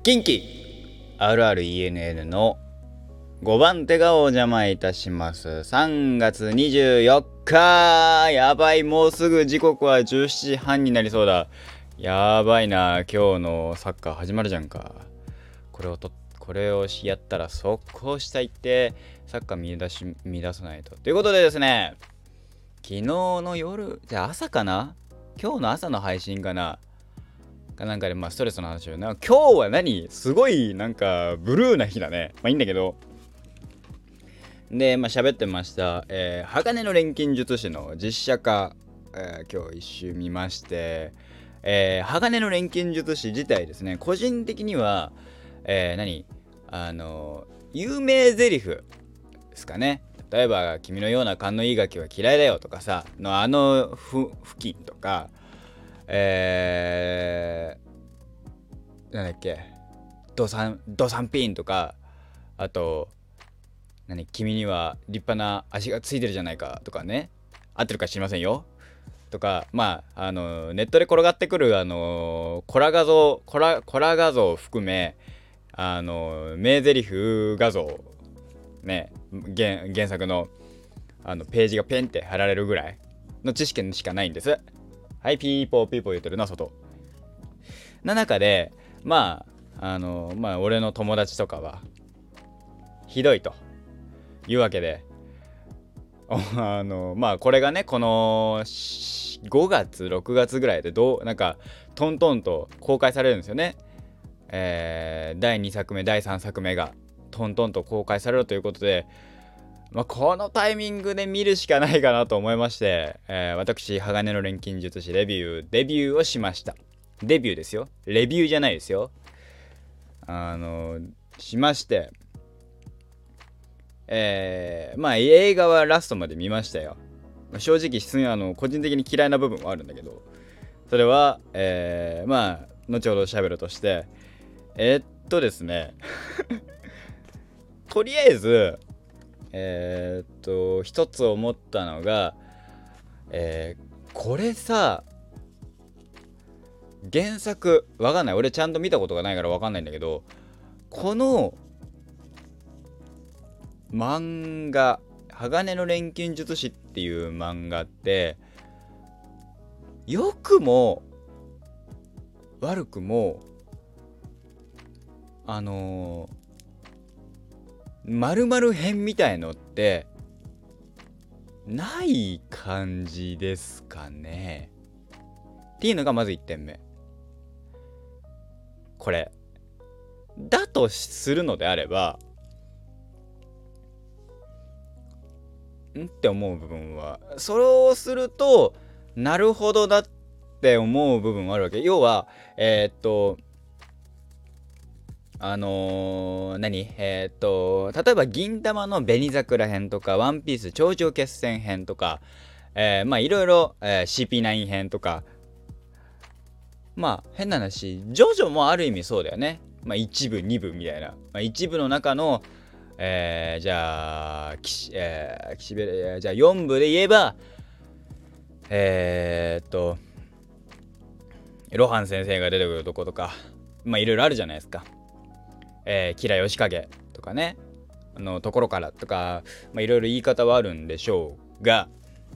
近畿 RRENN の5番手がお邪魔いたします。3月24日、やばい、もうすぐ時刻は17時半になりそうだ。やばいな、今日のサッカー始まるじゃんか。これをやったら速攻下行ってサッカー見出さないと。ということでですね、昨日の夜、じゃあ朝かな、今日の朝の配信かな、なんかでストレスの話を今日はすごいブルーな日だね。いいんだけど、で喋ってました、鋼の錬金術師の実写化、今日一周見まして、鋼の錬金術師自体ですね、個人的には、有名台詞ですかね。例えば君のような勘のいいガキは嫌いだよとかさの付近とか、なんだっけ、ドサンピンとか、あと君には立派な足がついてるじゃないかとかね、合ってるか知りませんよとか、ネットで転がってくるコラ画像を含め名台詞画像ね、原作のページがペンって貼られるぐらいの知識しかないんです。はい、ピーポー言ってるな、外な中で、俺の友達とかはひどいというわけで、これがね、この5月6月ぐらいでトントンと公開されるんですよね。第2作目第3作目がトントンと公開されるということで、このタイミングで見るしかないかなと思いまして、私鋼の錬金術師デビューをしました。デビューですよ、レビューじゃないですよ。しまして、映画はラストまで見ましたよ。正直普通に個人的に嫌いな部分はあるんだけど、それは後ほど喋るとして、ですねとりあえず一つ思ったのが、これさ、原作わかんない、俺ちゃんと見たことがないからわかんないんだけど、この漫画鋼の錬金術師っていう漫画って、良くも悪くも〇〇編みたいのってない感じですかねっていうのがまず1点目。これだとするのであればって思う部分は、それをするとなるほどだって思う部分はあるわけ。要は例えば銀魂の紅桜編とかワンピース頂上決戦編とか、いろいろ、CP9 編とか、変な話ジョジョもある意味そうだよね。一部二部みたいな、一部の中のじゃあじゃあ4部で言えばロハン先生が出てくるとことか、いろいろあるじゃないですか。キラヨシカゲとかね、ところからとか、いろいろ言い方はあるんでしょうが、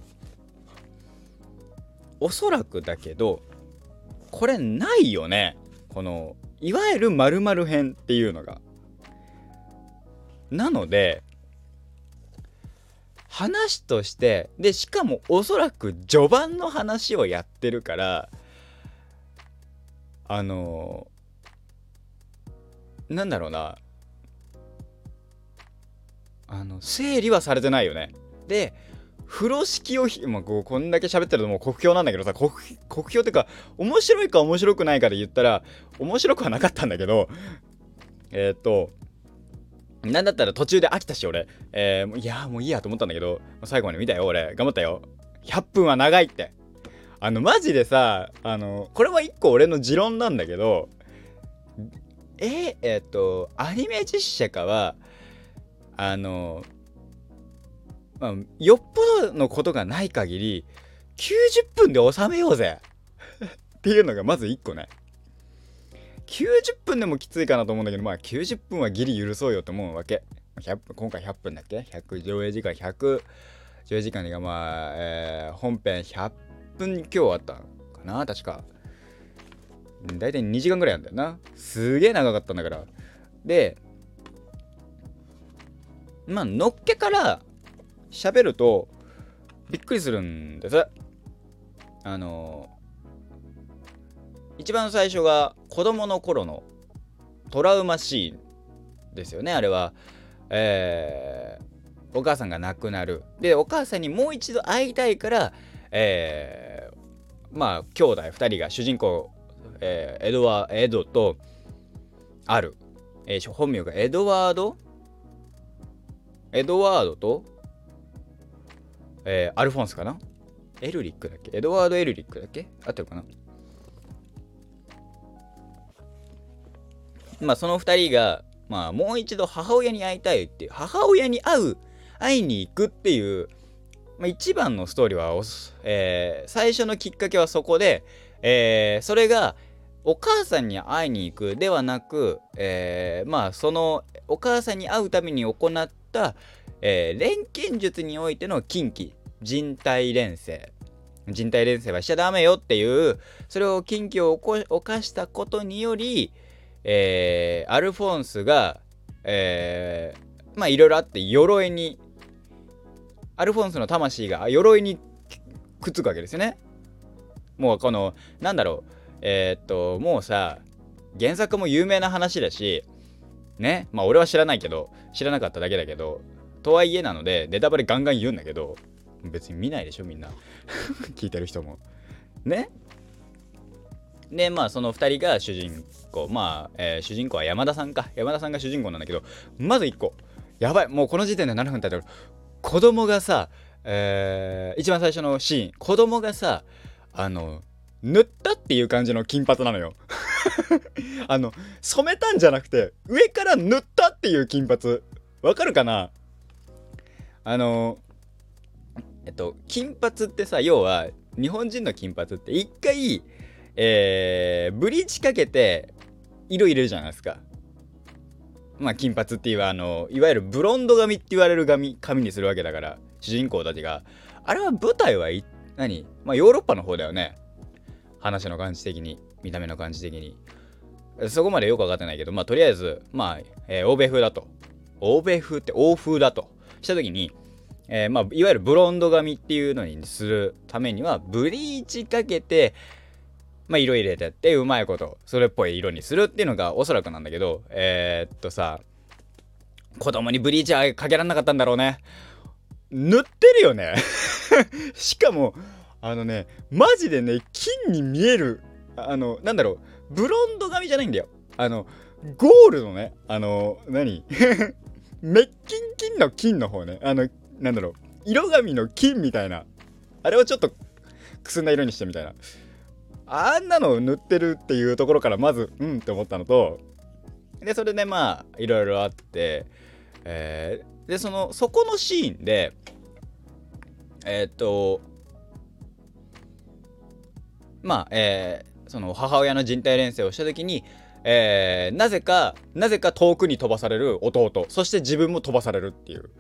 おそらくだけどこれないよね、このいわゆる〇〇編っていうのが。なので話としてで、しかもおそらく序盤の話をやってるから、なんだろうな、整理はされてないよね。で風呂敷をこんだけ喋ってるともう酷評なんだけどさ、酷評ってか面白いか面白くないかで言ったら面白くはなかったんだけど、なんだったら途中で飽きたし俺、もういいやと思ったんだけど、最後まで見たよ、俺頑張ったよ。100分は長いって。マジでさ、これは一個俺の持論なんだけど、アニメ実写化はよっぽどのことがない限り90分で収めようぜっていうのがまず1個ね。 90分でもきついかなと思うんだけど、まあ90分はギリ許そうよと思うわけ。今回100分だっけ ?100 上映時間100上映時間がまあ、本編100分今日あったのかな確か。だいたい2時間ぐらいなんだよな。すげえ長かったんだから。で、まあのっけから喋るとびっくりするんです。一番最初が子供の頃のトラウマシーンですよね。あれは、お母さんが亡くなる。で、お母さんにもう一度会いたいから、まあ兄弟2人が主人公、エドとある、本名がエドワードと、アルフォンスかな、エルリックだっけ、エドワード・エルリックだっけ、合ってるかな。まあその2人が、まあ、もう一度母親に会いたいっていう、母親に会いに行くっていう、まあ、一番のストーリーは最初のきっかけはそこで、それがお母さんに会いに行くではなく、まあそのお母さんに会うために行った、錬金術においての禁忌、人体錬成はしちゃダメよっていう、それを禁忌を犯したことにより、アルフォンスが、まあいろいろあってアルフォンスの魂が鎧にくっつくわけですよね。もうこのなんだろう、もうさ、原作も有名な話だしね、まあ俺は知らなかっただけだけど、とはいえなのでネタバレガンガン言うんだけど、別に見ないでしょみんな聞いてる人もね。でまあその2人が主人公、まあ、主人公は山田さんが主人公なんだけど、まず1個やばい、もうこの時点で7分経ってる。子供がさ、一番最初のシーン、子供がさ、塗ったっていう感じの金髪なのよ染めたんじゃなくて上から塗ったっていう金髪、わかるかな。金髪ってさ、要は日本人の金髪って一回ブリーチかけて色入れるじゃないですか。まあ金髪っていういわゆるブロンド髪って言われる髪にするわけだから、主人公たちがあれは舞台はまあヨーロッパの方だよね、話の感じ的に、見た目の感じ的にそこまでよく分かってないけど、まあとりあえずまあ、欧米風だとした時に、まあいわゆるブロンド髪っていうのにするためにはブリーチかけて、まあ色入れてってうまいことそれっぽい色にするっていうのがおそらくなんだけど、さ、子供にブリーチはかけらんなかったんだろうね。塗ってるよねしかもマジでね、金に見える、なんだろう、ブロンド髪じゃないんだよ。ゴールのね、メッキン金の金の方ね、なんだろう、色紙の金みたいな、あれをちょっとくすんだ色にしてみたいな、あんなのを塗ってるっていうところからまずって思ったのと、でそれでまあいろいろあって、でそこのシーンでまあその母親の人体錬成をした時に、なぜか遠くに飛ばされる弟、そして自分も飛ばされるっていう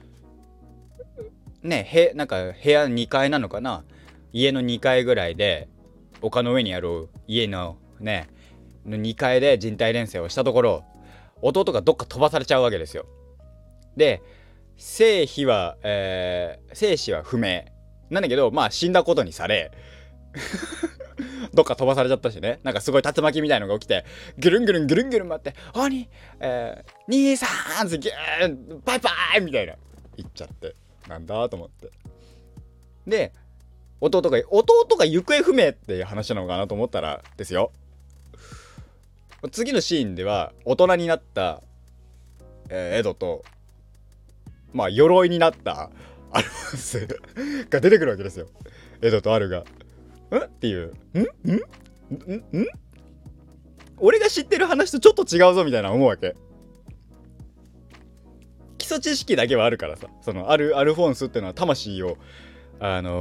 ね。なんか部屋2階なのかな、家の2階ぐらいで、丘の上にある家のね2階で人体錬成をしたところ、弟がどっか飛ばされちゃうわけですよ。で生死は不明なんだけど、まあ死んだことにされどっか飛ばされちゃったしね、なんかすごい竜巻みたいのが起きて、ぐるんぐるんぐるんぐるん回って、兄さんギューンバイバイみたいな言っちゃって、なんだと思って、で弟が行方不明っていう話なのかなと思ったらですよ、次のシーンでは大人になった、エドと、まあ鎧になったアルフォンスが出てくるわけですよ。エドとアルがっていう、俺が知ってる話とちょっと違うぞみたいな思うわけ。基礎知識だけはあるからさ、そのアルフォンスっていうのは魂を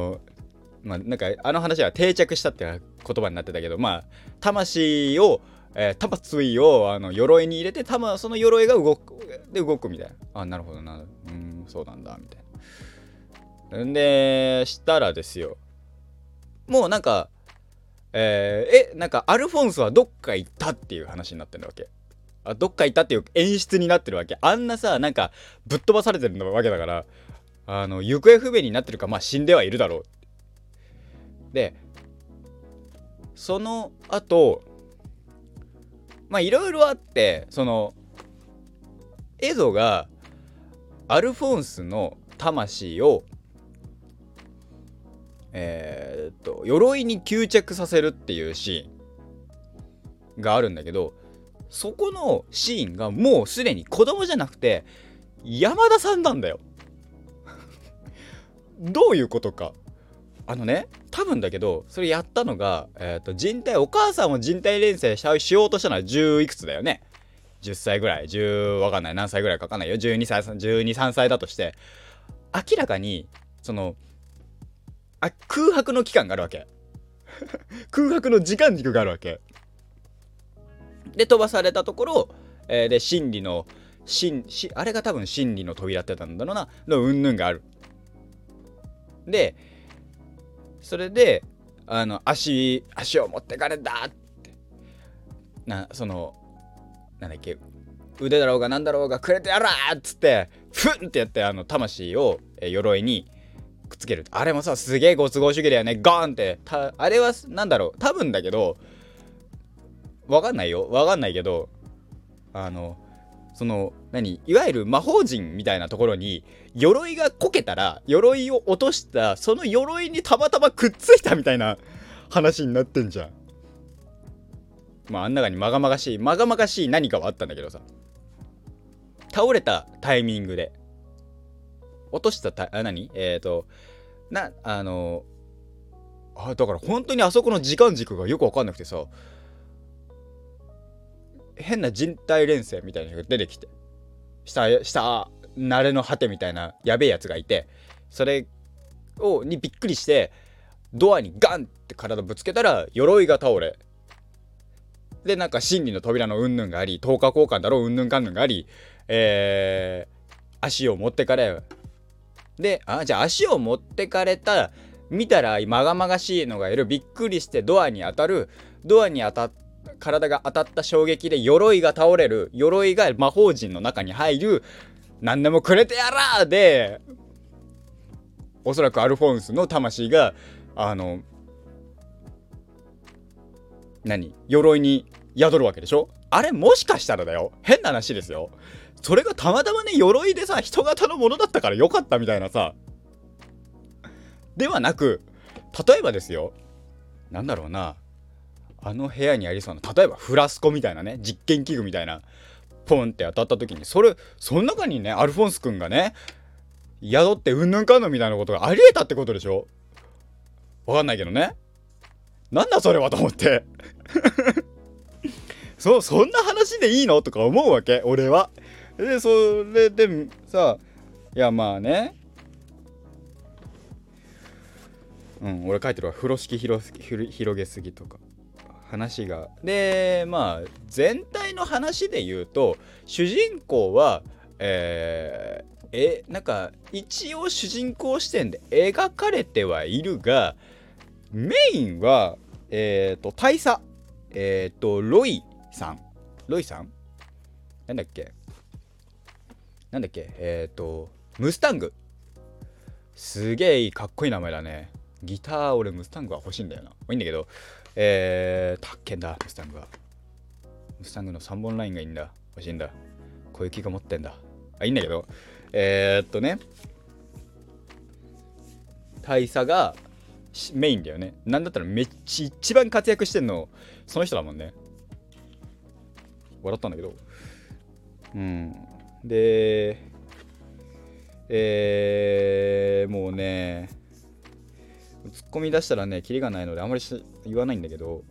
まあなんか話は定着したって言葉になってたけど、まあ魂を魂を鎧に入れてその鎧が動くみたいな。なるほどな。そうなんだみたいな。んでしたらですよ、もうなんかなんかアルフォンスはどっか行ったっていう話になってるわけ。どっか行ったっていう演出になってるわけ。あんなさ、なんかぶっ飛ばされてるわけだから、行方不明になってるか、まあ死んではいるだろう。でその後、まあいろいろあって、そのエゾがアルフォンスの魂を鎧に吸着させるっていうシーンがあるんだけど、そこのシーンがもうすでに子供じゃなくて山田さんなんだよ。どういうことか。多分だけど、それやったのが、お母さんを人体錬成しようとしたのは10いくつだよね。10歳ぐらい、わかんない、何歳ぐらいかわかんないよ。12歳、12、3歳だとして、明らかに、空白の期間があるわけ。空白の時間軸があるわけ。で、飛ばされたところ、で、あれが多分真理の扉ってたんだろうな、のうんぬんがある。で、それで、足を持ってかれたって。なんだっけ、腕だろうがなんだろうがくれてやらーっつって、ふんってやって、魂を、鎧にくっつける。あれもさ、すげえご都合主義だよね。ゴーンって。あれは、なんだろう、多分だけど、わかんないけど、いわゆる魔法陣みたいなところに鎧がこけたら、鎧を落としたその鎧にたまたまくっついたみたいな話になってんじゃん。まああん中にまがまがしい何かはあったんだけどさ、倒れたタイミングで落としただから本当にあそこの時間軸がよくわかんなくてさ、変な人体錬成みたいなのが出てきて、下慣れの果てみたいなやべえやつがいて、それにびっくりしてドアにガンって体ぶつけたら鎧が倒れ、でなんか真理の扉のうんぬんがあり、10日交換だろううんぬんかんぬんがあり、足を持ってかれ、でじゃあ足を持ってかれた、見たらまがまがしいのがいる、びっくりしてドアに体が当たった衝撃で鎧が倒れる、鎧が魔法陣の中に入る、何でもくれてやらーで、おそらくアルフォンスの魂が鎧に宿るわけでしょ。あれもしかしたらだよ、変な話ですよ、それがたまたまね鎧でさ人型のものだったからよかったみたいなさ、ではなく、例えばですよ、なんだろうな、部屋にありそうな、例えばフラスコみたいなね、実験器具みたいな、ポンって当たった時に、その中にねアルフォンス君がね宿ってうんぬんかんぬんみたいなことがありえたってことでしょ。わかんないけどね、なんだそれはと思ってそんな話でいいのとか思うわけ俺は。でそれでさ、いやまあね、俺書いてるわ、風呂敷広げすぎとか話が。でまあ全体の話で言うと、主人公はなんか一応主人公視点で描かれてはいるが、メインは大佐ロイさんなんだっけムスタング、すげえいいかっこいい名前だね。ギター俺ムスタングは欲しいんだよな。いいんだけど、たっけんだムスタングの3本ラインがいいんだ、欲しいんだ、小雪が持ってんだ。いいんだけど、大佐がメインだよね。なんだったら一番活躍してんのその人だもんね。笑ったんだけど、でもうね突っ込み出したらねキリがないのであまり言わないんだけど、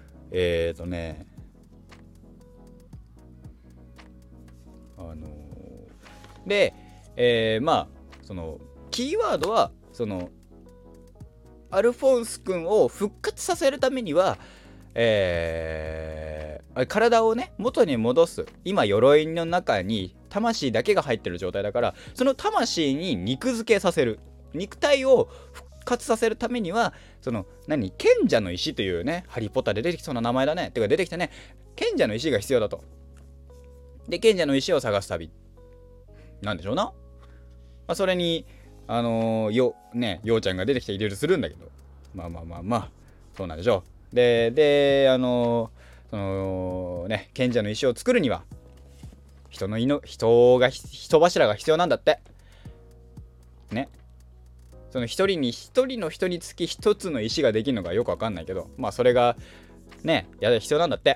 でまあそのキーワードはアルフォンス君を復活させるためには、 体をね元に戻す。今鎧の中に魂だけが入ってる状態だから、その魂に肉付けさせる、肉体を復活させるためには、その賢者の石というね、ハリーポッターで出てきそうな名前だね、てか出てきたね、賢者の石が必要だと。で賢者の石を探す旅なんでしょうな。それにようちゃんが出てきて入れるするんだけど、まあそうなんでしょう。でそのね賢者の石を作るには人柱が必要なんだってね。その一人の人につき一つの石ができるのがよくわかんないけど、それがね必要なんだって。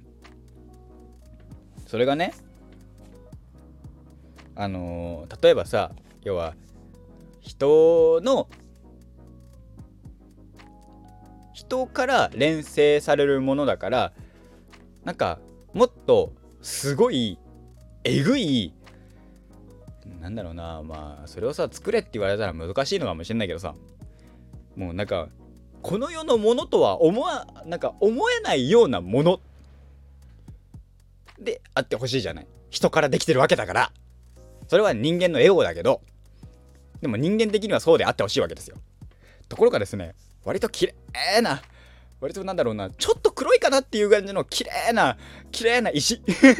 それがね例えばさ、要は人から連成されるものだから、なんかもっとすごいえぐい、なんだろうな、それをさ作れって言われたら難しいのかもしれないけどさ、もうなんかこの世のものとは思えないようなものであってほしいじゃない。人からできてるわけだから。それは人間のエゴだけど、でも人間的にはそうであってほしいわけですよ。ところがですね、割と綺麗な、割となんだろうな、ちょっと黒いかなっていう感じの綺麗な石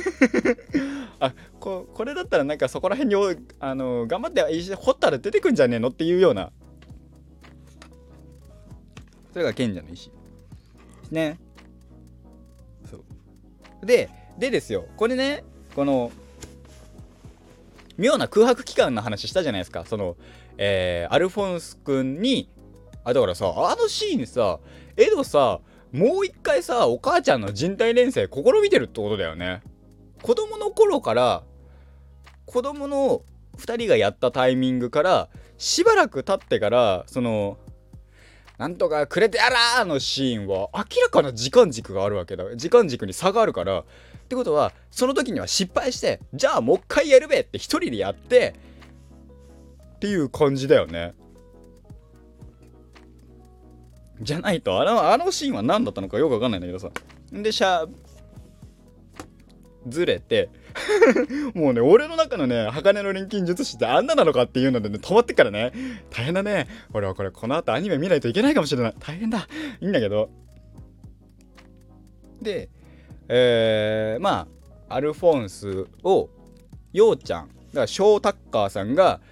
これだったらなんかそこら辺に頑張って石掘ったら出てくんじゃねえのっていうような、それが賢者の石ね。そうでですよ、これね、この妙な空白期間の話したじゃないですか。そのアルフォンス君にだからさ、シーンさ、エドさ、もう一回さ、お母ちゃんの人体錬成試みてるってことだよね。子供の頃から、子供の2人がやったタイミングからしばらく経ってから、そのなんとかくれてやらーのシーンは明らかな時間軸があるわけだ。時間軸に差があるから、ってことはその時には失敗して、じゃあもう一回やるべって一人でやってっていう感じだよね。じゃないとあのシーンは何だったのかよくわかんないんだけどさ。でずれてもうね、俺の中のね鋼の錬金術師ってあんななのかっていうのでね止まってからね、大変だね。俺はこの後アニメ見ないといけないかもしれない。大変だ。いいんだけど。でアルフォンスをようちゃんだからショータッカーさんが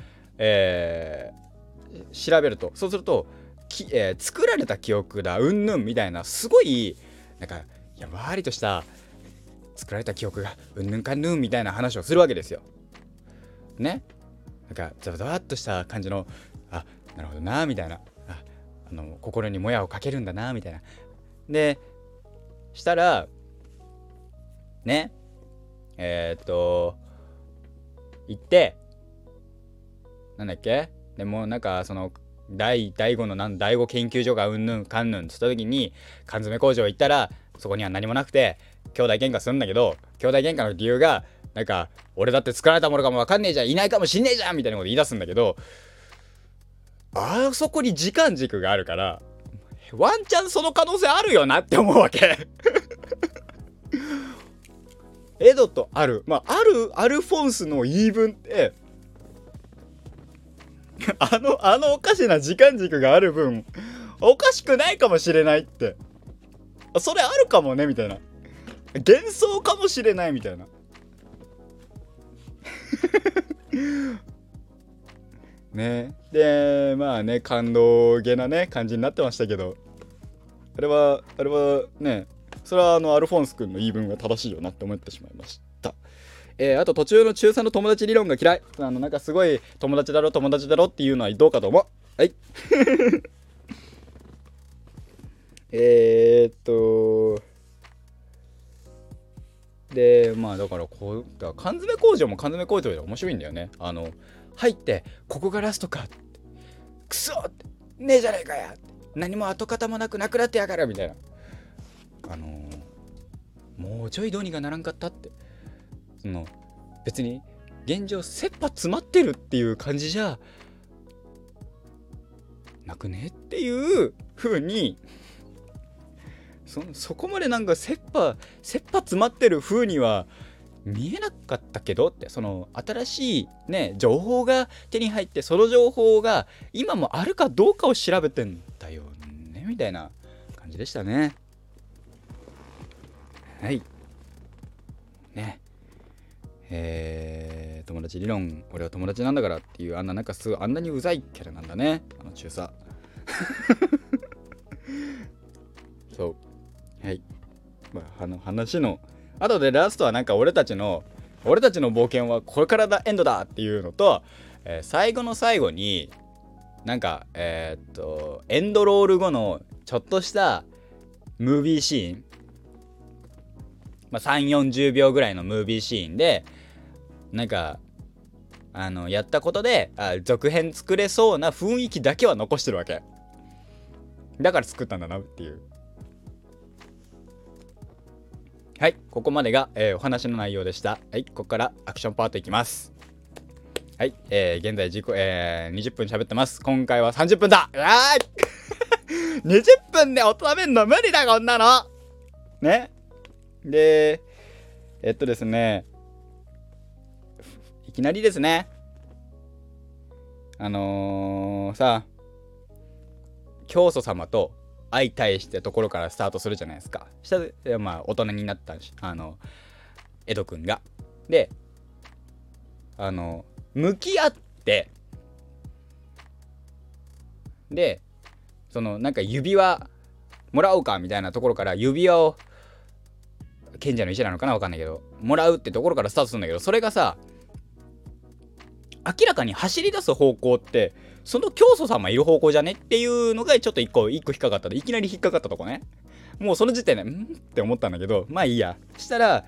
調べると、そうすると作られた記憶だうんぬんみたいな、すごいなんかやわりとした作られた記憶がうんぬんかんぬんみたいな話をするわけですよね。なんかざわざわっとした感じの、なるほどなみたいな、心にもやをかけるんだなみたいな。でしたらね行ってなんだっけ、でもなんかその第5の第5研究所がうんぬんかんぬんって言った時に、缶詰工場行ったらそこには何もなくて兄弟喧嘩するんだけど、兄弟喧嘩の理由がなんか俺だって作られたものかもわかんねえじゃん、いないかもしんねえじゃんみたいなこと言い出すんだけど、そこに時間軸があるからワンチャンその可能性あるよなって思うわけエドとアルフォンスの言い分ってあのおかしな時間軸がある分おかしくないかもしれないって、それあるかもねみたいな、幻想かもしれないみたいなね。で感動げなね感じになってましたけど、あれはね、それはアルフォンス君の言い分が正しいよなって思ってしまいました。あと途中の中3の友達理論が嫌い。なんかすごい友達だろっていうのはどうかと思う。はいでだから缶詰工場も缶詰工場で面白いんだよね。入ってここがラストかクソってねえじゃねえかや、何も跡形もなくなってやがるみたいな、もうちょいどうにかならんかったって、その別に現状切羽詰まってるっていう感じじゃなくねっていう風にそこまでなんか切羽詰まってる風には見えなかったけどって、その新しいね情報が手に入って、その情報が今もあるかどうかを調べてんだよねみたいな感じでしたね。はいね。友達理論、俺は友達なんだからっていう、なんかあんなにうざいキャラなんだね、中佐そうはい、話の後でラストはなんか俺たちの冒険はこれからだエンドだっていうのと、最後の最後になんかエンドロール後のちょっとしたムービーシーン、3、40秒ぐらいのムービーシーンでなんかやったことで続編作れそうな雰囲気だけは残してるわけだから作ったんだなっていう。はい、ここまでが、お話の内容でした。はい、ここからアクションパートいきます。はい、現在20分喋ってます。今回は30分だ。20分で音食べんの無理だこんなのね。でですね、いきなりですね、さ、教祖様と相対してところからスタートするじゃないですか。したら大人になったし、エド君がで向き合って、でそのなんか指輪もらおうかみたいなところから、指輪を賢者の石なのかな、わかんないけどもらうってところからスタートするんだけど、それがさ明らかに走り出す方向ってその教祖様いる方向じゃねっていうのがちょっと一個引っかかった。いきなり引っかかったとこね。もうその時点でって思ったんだけど、まあいいや。したら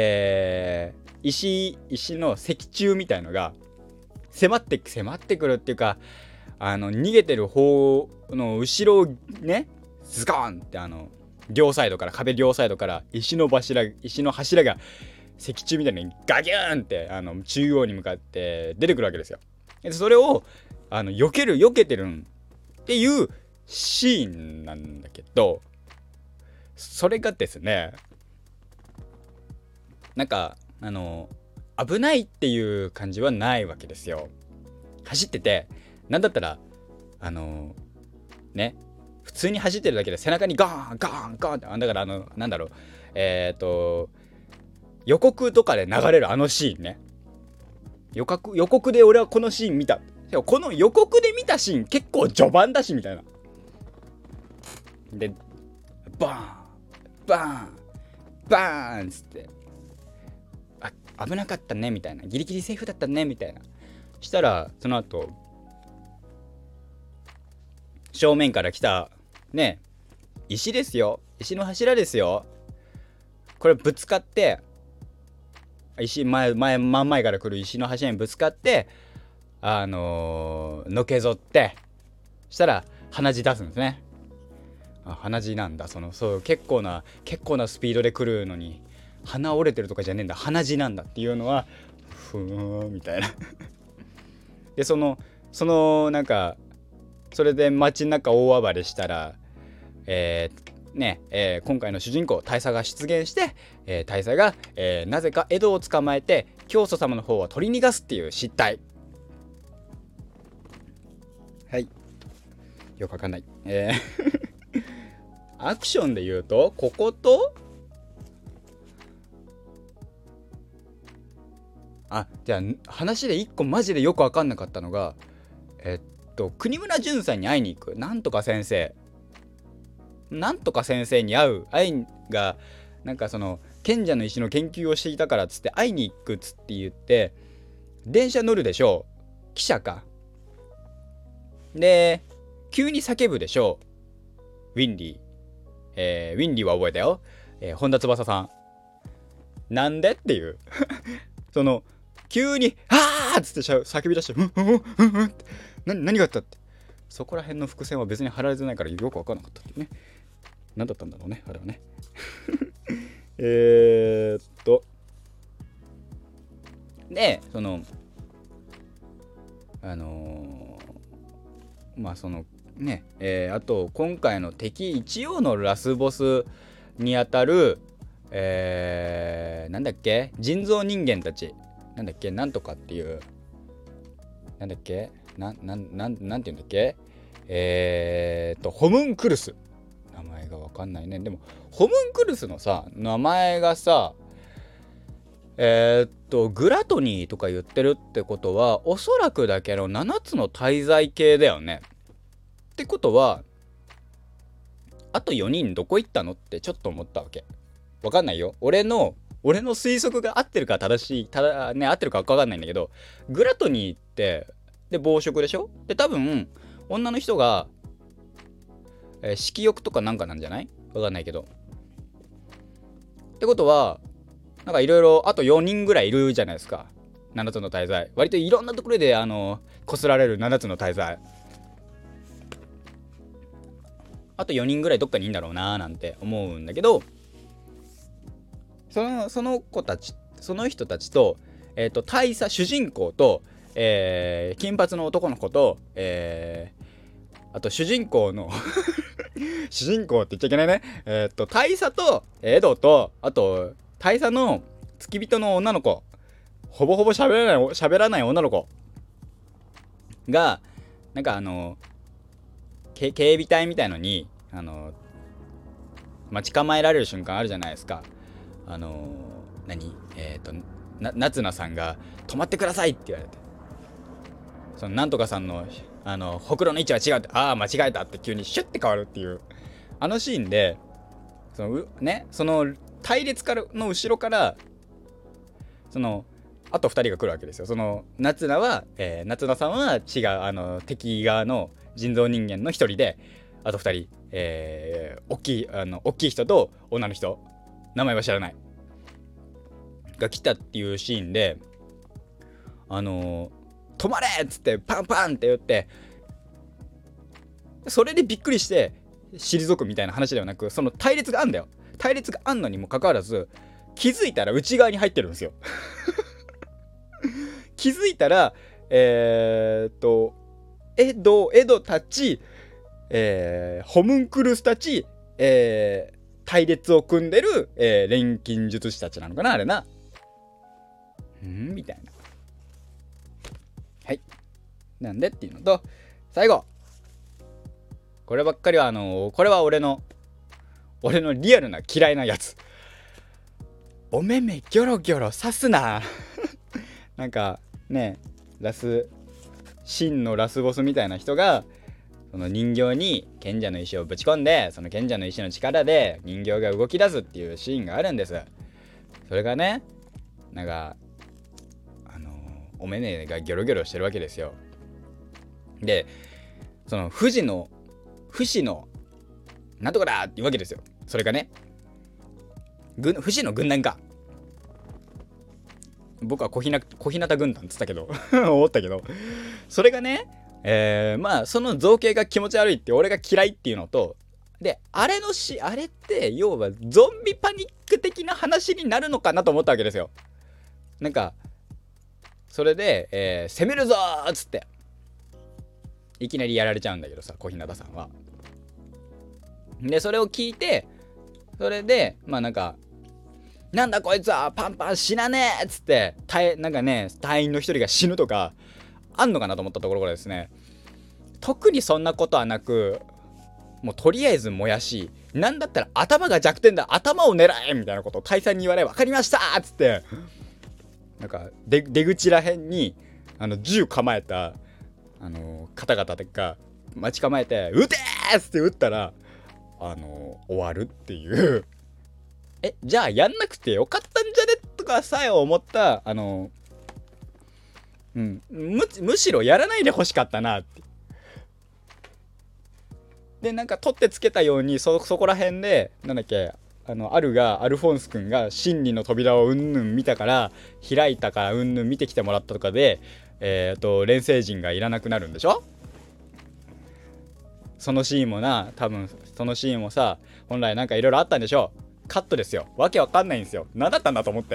石の石柱みたいのが迫ってくるっていうか、逃げてる方の後ろをねズコーンって両サイドから、壁両サイドから石の柱が石柱みたいにガギューンって中央に向かって出てくるわけですよ。でそれを避けてるっていうシーンなんだけど、それがですね、なんか危ないっていう感じはないわけですよ。走ってて、なんだったらね、普通に走ってるだけで背中にガーンガーンガーンって、だからなんだろう、予告とかで流れるシーンね。予告で俺はこのシーン見た。この予告で見たシーン結構序盤だしみたいな。でバーンバーンバーンつって、危なかったねみたいな、ギリギリセーフだったねみたいな。したらその後正面から来たね石ですよ、石の柱ですよ。これぶつかって、真ん前から来る石の柱にぶつかって、のけぞって、したら鼻血出すんですね。鼻血なんだ。そう結構なスピードで来るのに鼻折れてるとかじゃねえんだ、鼻血なんだっていうのはふーんみたいなでそのなんかそれで街の中大暴れしたら今回の主人公大佐が出現して、大佐が、なぜかエドを捕まえて教祖様の方は取り逃がすっていう失態。はい、よくわかんない。アクションで言うとここと、じゃあ話で一個マジでよくわかんなかったのが、国村淳さんに会いに行くなんとか先生に会が、なんかその賢者の石の研究をしていたからっつって会いに行くっつって言って電車乗るでしょ、汽車かで急に叫ぶでしょ、ウィンリーは覚えたよ、本田翼さんなんでっていうその急にあーっつって叫び出してって何があったって、そこら辺の伏線は別に張られてないからよく分からなかったっていうね。何だったんだろうねあれはねであと今回の敵一応のラスボスにあたるなんだっけ、人造人間たち、なんだっけ、なんとかっていう、なんだっけ、なんて言うんだっけ、ホムンクルス、名前がわかんないね。でもホムンクルスのさ名前がさ、グラトニーとか言ってるってことは、おそらくだけど7つの大罪系だよね。ってことは、あと4人どこ行ったのってちょっと思ったわけ。わかんないよ。俺の推測が合ってるか正しい、合ってるかわかんないんだけど、グラトニーって、で、暴食でしょ。で、多分、女の人が、色欲とかなんかなんじゃない？わかんないけど。ってことは、なんかいろいろ、あと4人ぐらいいるじゃないですか。7つの大罪。割といろんなところで、こすられる7つの大罪。あと4人ぐらいどっかにいいんだろうなーなんて思うんだけど、その子たち、その人たちと、大佐、主人公と、金髪の男の子と、あと主人公の主人公って言っちゃいけないね。大佐とエドと、あと大佐の付き人の女の子、ほぼほぼ喋らない女の子が、なんか警備隊みたいのに待ち構えられる瞬間あるじゃないですか。夏菜さんが止まってくださいって言われて、そのなんとかさんのほくろの位置は違うって、ああ間違えたって急にシュッて変わるっていう、あのシーンで、その隊列からの後ろから、あと2人が来るわけですよ。その夏菜さんは違う敵側の人造人間の一人で、あと2人、大きい人と女の人、名前は知らないが来たっていうシーンで、止まれっつってパンパンって言って、それでびっくりして退くみたいな話ではなく、その隊列があんだよ。隊列があんのにもかかわらず、気づいたら内側に入ってるんですよ。気づいたらエドたち、ホムンクルスたち、隊列を組んでる、錬金術師たちなのかな、あれな。みたいな。はい。なんでっていうのと、最後。こればっかりはこれは俺のリアルな嫌いなやつ。お目目ギョロギョロ刺すな。なんかね、真のラスボスみたいな人が、その人形に賢者の石をぶち込んで、その賢者の石の力で人形が動き出すっていうシーンがあるんです。それがね、なんかお目目がギョロギョロしてるわけですよ。で、その不死のなんとかだって言うわけですよ。それがね、不死の軍団か。僕は小日向軍団っつったけど思ったけど、それがね、まあその造形が気持ち悪いって俺が嫌いっていうのと、であれって要はゾンビパニック的な話になるのかなと思ったわけですよ。なんかそれで、攻めるぞーっつっていきなりやられちゃうんだけどさ、小日向さんは。でそれを聞いて、それでまあなんだこいつはパンパン死なねえっつって、なんかね、隊員の一人が死ぬとかあんのかなと思ったところがですね、特にそんなことはなく、もうとりあえず燃やし、なんだったら頭が弱点だ、頭を狙えみたいなことを大佐に言われ、分かりましたっつって、なんか出口らへんに銃構えた方々が待ち構えて、撃てーっつって撃ったら終わるっていうじゃあやんなくてよかったんじゃねとかさえ思った、むしろやらないでほしかったなって。でなんか取ってつけたようにそこら辺でなんだっけ、アルフォンス君が真理の扉をうんぬん見たから開いたからうんぬん見てきてもらったとかで、錬成陣がいらなくなるんでしょ。そのシーンも多分そのシーンもさ、本来なんかいろいろあったんでしょう。カットですよ。わけわかんないんですよ。何だったんだと思って。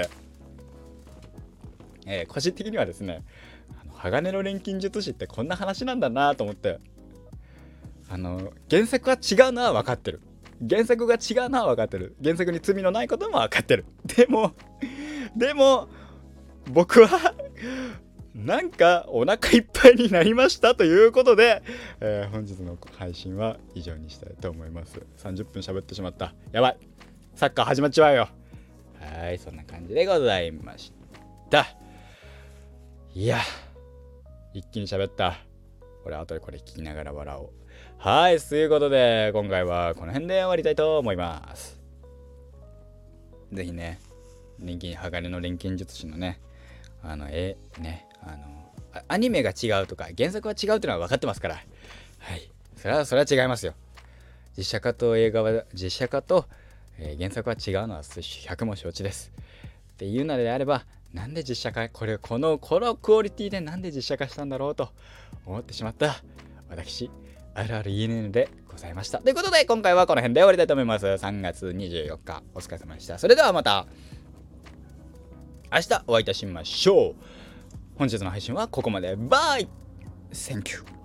個人的にはですね、鋼の錬金術師ってこんな話なんだなと思って、原作は違うのは分かってる。 原作が違うのは分かってる。原作に罪のないことも分かってる。でも僕はなんかお腹いっぱいになりましたということで、本日の配信は以上にしたいと思います。30分喋ってしまった。やばい、サッカー始まっちまうよ。はい、そんな感じでございました。いや、一気に喋った。俺後でこれ聞きながら笑おう。はい、ということで今回はこの辺で終わりたいと思います。ぜひね、鋼の錬金術師のね、アニメが違うとか原作は違うっていうのは分かってますから、はい、それは違いますよ。実写化と、原作は違うのは100も承知です。っていうのであれば、なんで実写化、このクオリティでなんで実写化したんだろうと思ってしまった私、RRENN でございました。ということで今回はこの辺で終わりたいと思います。3月24日お疲れ様でした。それではまた明日お会いいたしましょう。本日の配信はここまで。バイ Thank you